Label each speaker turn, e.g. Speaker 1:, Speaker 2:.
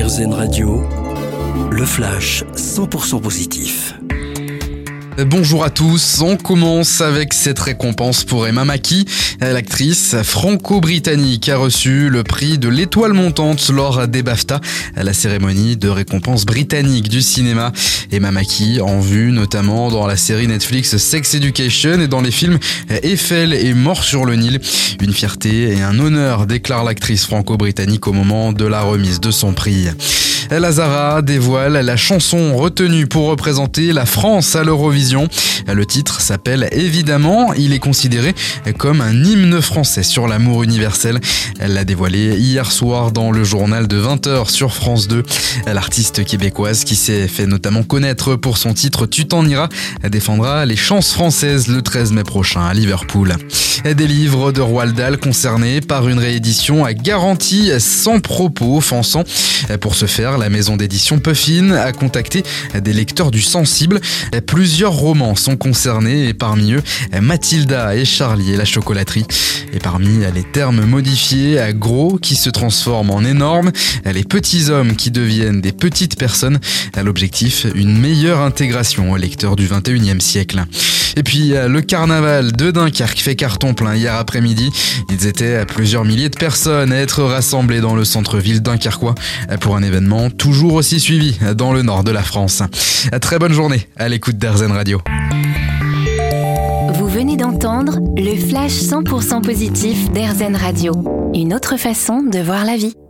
Speaker 1: RZN Radio, le flash 100% positif.
Speaker 2: Bonjour à tous, on commence avec cette récompense pour Emma Mackey. L'actrice franco-britannique a reçu le prix de l'étoile montante lors des BAFTA, la cérémonie de récompense britannique du cinéma. Emma Mackey en vue notamment dans la série Netflix Sex Education et dans les films Eiffel et Mort sur le Nil. Une fierté et un honneur, déclare l'actrice franco-britannique au moment de la remise de son prix. Lazara dévoile la chanson retenue pour représenter la France à l'Eurovision. Le titre s'appelle Évidemment. Il est considéré comme un hymne français sur l'amour universel. Elle l'a dévoilé hier soir dans le journal de 20h sur France 2. L'artiste québécoise, qui s'est fait notamment connaître pour son titre Tu t'en iras, défendra les chances françaises le 13 mai prochain à Liverpool. Des livres de Roald Dahl concernés par une réédition à garantie sans propos offensants. Pour ce faire, la maison d'édition Puffin a contacté des lecteurs du sensible. Plusieurs romans sont concernés et parmi eux, Mathilda et Charlie et la chocolaterie. Et parmi les termes modifiés, gros qui se transforment en énormes, les petits hommes qui deviennent des petites personnes. L'objectif, une meilleure intégration aux lecteurs du 21e siècle. Et puis, le carnaval de Dunkerque fait carton plein hier après-midi. Ils étaient plusieurs milliers de personnes à être rassemblées dans le centre-ville dunkerquois pour un événement toujours aussi suivi dans le nord de la France. Très bonne journée à l'écoute d'RZN Radio.
Speaker 3: Vous venez d'entendre le flash 100% positif d'RZN Radio. Une autre façon de voir la vie.